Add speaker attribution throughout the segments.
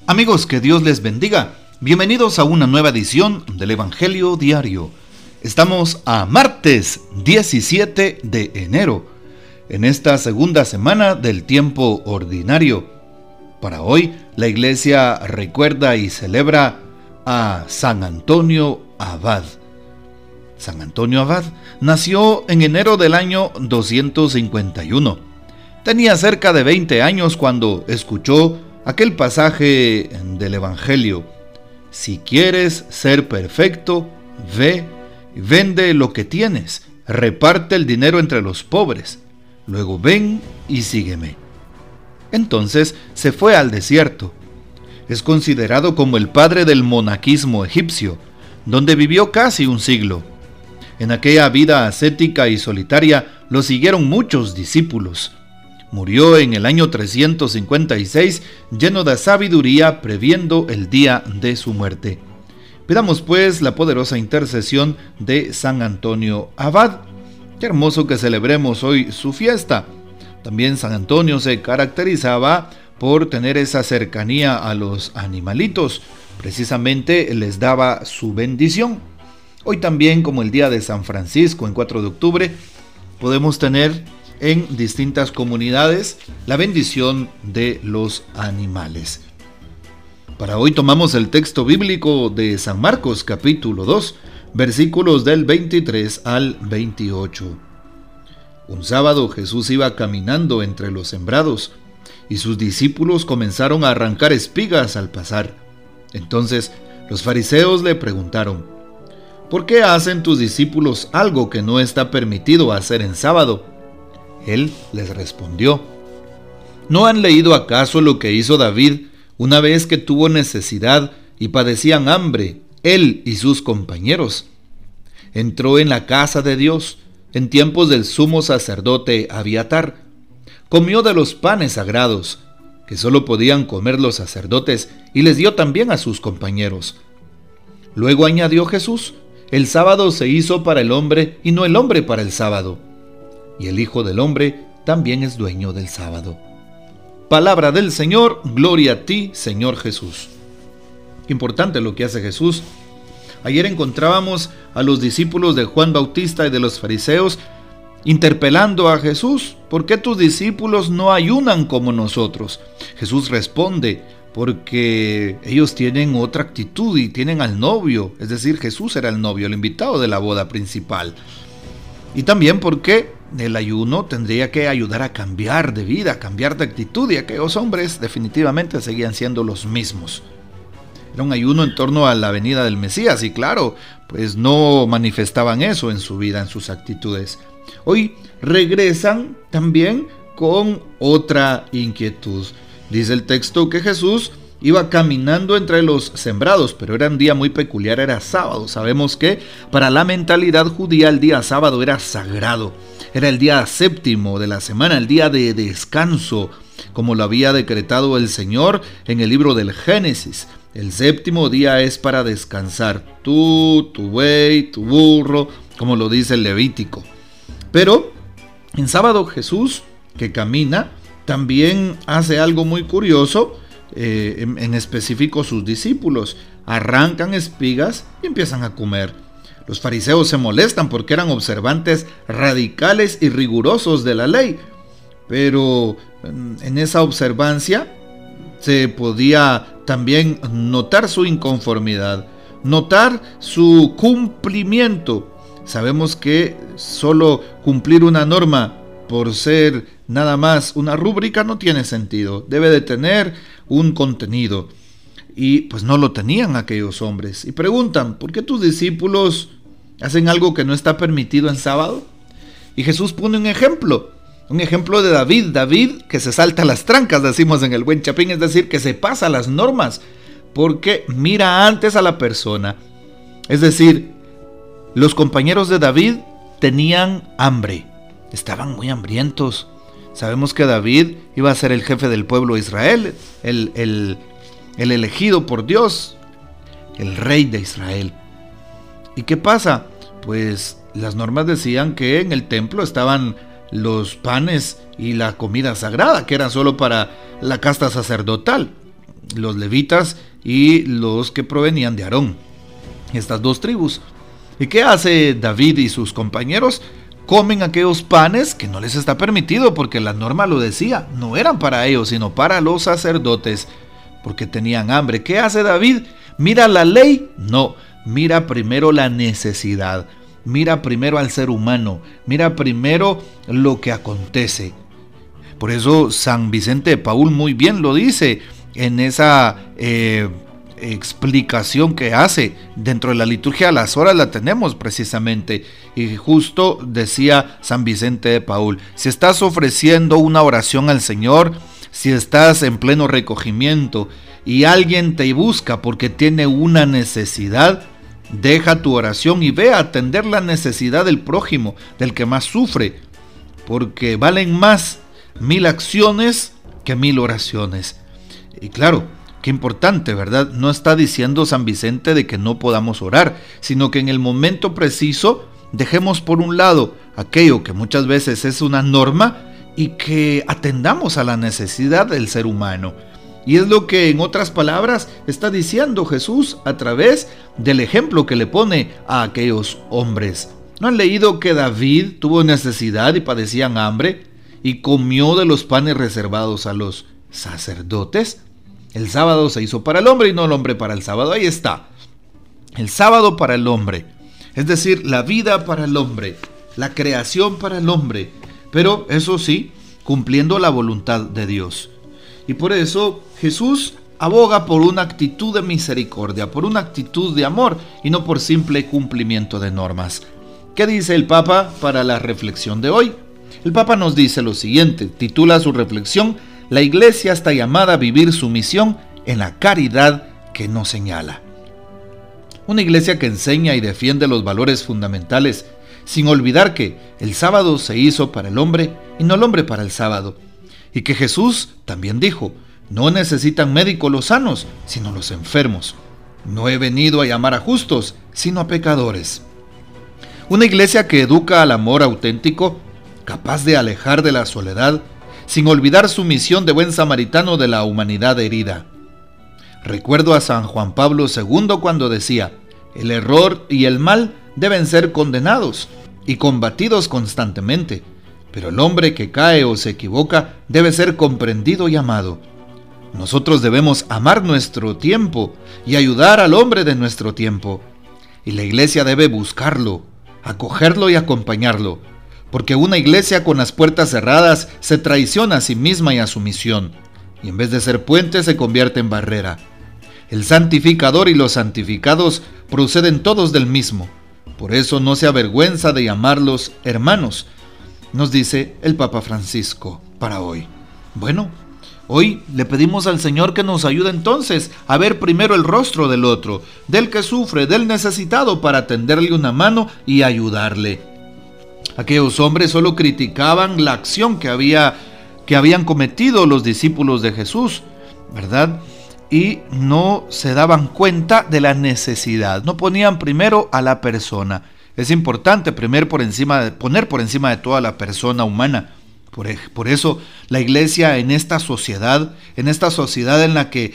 Speaker 1: Amigos, que Dios les bendiga. Bienvenidos a una nueva edición del Evangelio Diario. Estamos a martes 17 de enero, en esta segunda semana del tiempo ordinario. Para hoy, la iglesia recuerda y celebra a San Antonio Abad. San Antonio Abad nació en enero del año 251. Tenía cerca de 20 años cuando escuchó aquel pasaje del Evangelio: si quieres ser perfecto, ve, vende lo que tienes, reparte el dinero entre los pobres, luego ven y sígueme. Entonces se fue al desierto. Es considerado como el padre del monaquismo egipcio, donde vivió casi un siglo. En aquella vida ascética y solitaria lo siguieron muchos discípulos. Murió en el año 356 lleno de sabiduría, previendo el día de su muerte. Pidamos pues la poderosa intercesión de San Antonio Abad. Qué hermoso que celebremos hoy su fiesta. También San Antonio se caracterizaba por tener esa cercanía a los animalitos. Precisamente les daba su bendición. Hoy también, como el día de San Francisco, en 4 de octubre, podemos tener en distintas comunidades la bendición de los animales. Para hoy tomamos el texto bíblico de San Marcos capítulo 2, versículos del 23 al 28. Un sábado Jesús iba caminando entre los sembrados y sus discípulos comenzaron a arrancar espigas al pasar. Entonces los fariseos le preguntaron: ¿por qué hacen tus discípulos algo que no está permitido hacer en sábado? Él les respondió: ¿no han leído acaso lo que hizo David una vez que tuvo necesidad y padecían hambre, él y sus compañeros? Entró en la casa de Dios en tiempos del sumo sacerdote Abiatar. Comió de los panes sagrados, que solo podían comer los sacerdotes, y les dio también a sus compañeros. Luego añadió Jesús: el sábado se hizo para el hombre y no el hombre para el sábado. Y el Hijo del Hombre también es dueño del sábado. Palabra del Señor, gloria a ti, Señor Jesús. Qué importante lo que hace Jesús. Ayer encontrábamos a los discípulos de Juan Bautista y de los fariseos interpelando a Jesús: ¿por qué tus discípulos no ayunan como nosotros? Jesús responde: porque ellos tienen otra actitud y tienen al novio, es decir, Jesús era el novio, el invitado de la boda principal. Y también porque el ayuno tendría que ayudar a cambiar de vida, a cambiar de actitud, y aquellos hombres definitivamente seguían siendo los mismos. Era un ayuno en torno a la venida del Mesías y claro, pues no manifestaban eso en su vida, en sus actitudes. Hoy regresan también con otra inquietud. Dice el texto que Jesús iba caminando entre los sembrados, pero era un día muy peculiar, era sábado. Sabemos que para la mentalidad judía el día sábado era sagrado. Era el día séptimo de la semana, el día de descanso, como lo había decretado el Señor en el libro del Génesis. El séptimo día es para descansar, tú, tu buey, tu burro, como lo dice el Levítico. Pero en sábado Jesús, que camina, también hace algo muy curioso, en específico sus discípulos arrancan espigas y empiezan a comer. Los fariseos se molestan porque eran observantes radicales y rigurosos de la ley, pero en esa observancia se podía también notar su inconformidad, notar su cumplimiento. Sabemos que solo cumplir una norma por ser nada más una rúbrica no tiene sentido, debe de tener un contenido. Y pues no lo tenían aquellos hombres. Y preguntan: ¿por qué tus discípulos hacen algo que no está permitido en sábado? Y Jesús pone un ejemplo de David que se salta las trancas, decimos en el buen chapín, es decir, que se pasa las normas, porque mira antes a la persona. Es decir, los compañeros de David tenían hambre, estaban muy hambrientos. Sabemos que David iba a ser el jefe del pueblo de Israel, el elegido por Dios, el rey de Israel. ¿Y qué pasa? Pues las normas decían que en el templo estaban los panes y la comida sagrada, que eran solo para la casta sacerdotal. los levitas y los que provenían de Aarón, estas dos tribus. ¿Y qué hace David y sus compañeros? Comen aquellos panes que no les está permitido, porque la norma lo decía, no eran para ellos, sino para los sacerdotes, porque tenían hambre. ¿Qué hace David? ¿Mira la ley? No, mira primero la necesidad, mira primero al ser humano, mira primero lo que acontece. Por eso San Vicente de Paúl muy bien lo dice en esa explicación que hace dentro de la liturgia de las horas, la tenemos precisamente, y justo decía San Vicente de Paúl: si estás ofreciendo una oración al Señor, si estás en pleno recogimiento y alguien te busca porque tiene una necesidad, deja tu oración y ve a atender la necesidad del prójimo, del que más sufre, porque valen más 1000 acciones que 1000 oraciones. Y claro, qué importante, ¿verdad? No está diciendo San Vicente de que no podamos orar, sino que en el momento preciso dejemos por un lado aquello que muchas veces es una norma y que atendamos a la necesidad del ser humano. Y es lo que, en otras palabras, está diciendo Jesús a través del ejemplo que le pone a aquellos hombres. ¿No han leído que David tuvo necesidad y padecían hambre y comió de los panes reservados a los sacerdotes? El sábado se hizo para el hombre y no el hombre para el sábado. Ahí está. El sábado para el hombre. Es decir, la vida para el hombre, la creación para el hombre. Pero eso sí, cumpliendo la voluntad de Dios. Y por eso Jesús aboga por una actitud de misericordia, por una actitud de amor y no por simple cumplimiento de normas. ¿Qué dice el Papa para la reflexión de hoy? El Papa nos dice lo siguiente, titula su reflexión: la Iglesia está llamada a vivir su misión en la caridad que nos señala. Una iglesia que enseña y defiende los valores fundamentales, sin olvidar que el sábado se hizo para el hombre y no el hombre para el sábado. Y que Jesús también dijo: no necesitan médicos los sanos, sino los enfermos. No he venido a llamar a justos, sino a pecadores. Una iglesia que educa al amor auténtico, capaz de alejar de la soledad, sin olvidar su misión de buen samaritano de la humanidad herida. Recuerdo a San Juan Pablo II cuando decía: el error y el mal deben ser condenados y combatidos constantemente, pero el hombre que cae o se equivoca debe ser comprendido y amado. Nosotros debemos amar nuestro tiempo y ayudar al hombre de nuestro tiempo, y la iglesia debe buscarlo, acogerlo y acompañarlo, porque una iglesia con las puertas cerradas se traiciona a sí misma y a su misión, y en vez de ser puente se convierte en barrera. El santificador y los santificados proceden todos del mismo, por eso no se avergüenza de llamarlos hermanos, nos dice el Papa Francisco para hoy. Bueno, hoy le pedimos al Señor que nos ayude entonces a ver primero el rostro del otro, del que sufre, del necesitado, para tenderle una mano y ayudarle. Aquellos hombres solo criticaban la acción que habían cometido los discípulos de Jesús, ¿verdad? Y no se daban cuenta de la necesidad, no ponían primero a la persona. Es importante poner por encima de toda la persona humana. Por eso la iglesia en esta sociedad en la que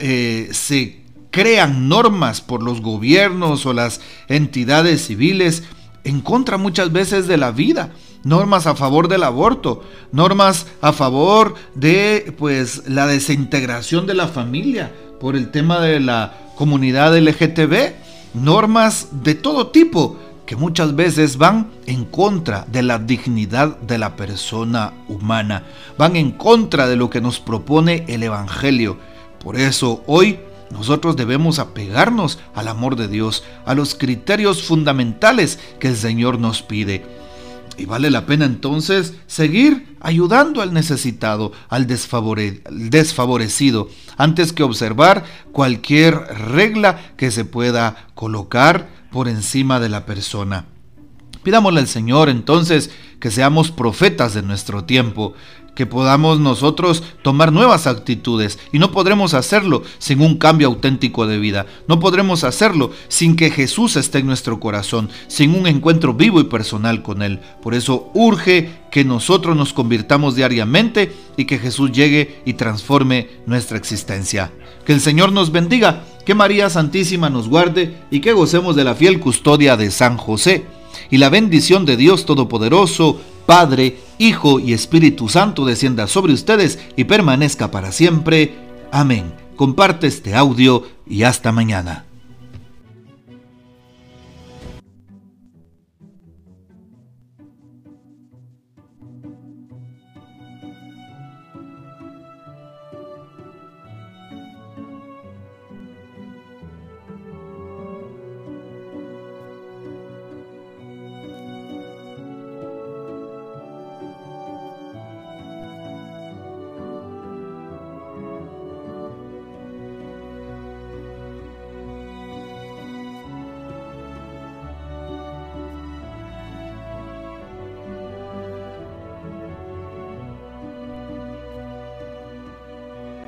Speaker 1: se crean normas por los gobiernos o las entidades civiles en contra muchas veces de la vida, normas a favor del aborto, normas a favor de la desintegración de la familia por el tema de la comunidad LGTB, normas de todo tipo que muchas veces van en contra de la dignidad de la persona humana, van en contra de lo que nos propone el Evangelio. Por eso hoy nosotros debemos apegarnos al amor de Dios, a los criterios fundamentales que el Señor nos pide. Y vale la pena entonces seguir ayudando al necesitado, al desfavorecido, antes que observar cualquier regla que se pueda colocar por encima de la persona. Pidámosle al Señor entonces que seamos profetas de nuestro tiempo, que podamos nosotros tomar nuevas actitudes, y no podremos hacerlo sin un cambio auténtico de vida. No podremos hacerlo sin que Jesús esté en nuestro corazón, sin un encuentro vivo y personal con Él. Por eso urge que nosotros nos convirtamos diariamente y que Jesús llegue y transforme nuestra existencia. Que el Señor nos bendiga, que María Santísima nos guarde y que gocemos de la fiel custodia de San José. Y la bendición de Dios Todopoderoso, Padre, Hijo y Espíritu Santo descienda sobre ustedes y permanezca para siempre. Amén. Comparte este audio y hasta mañana.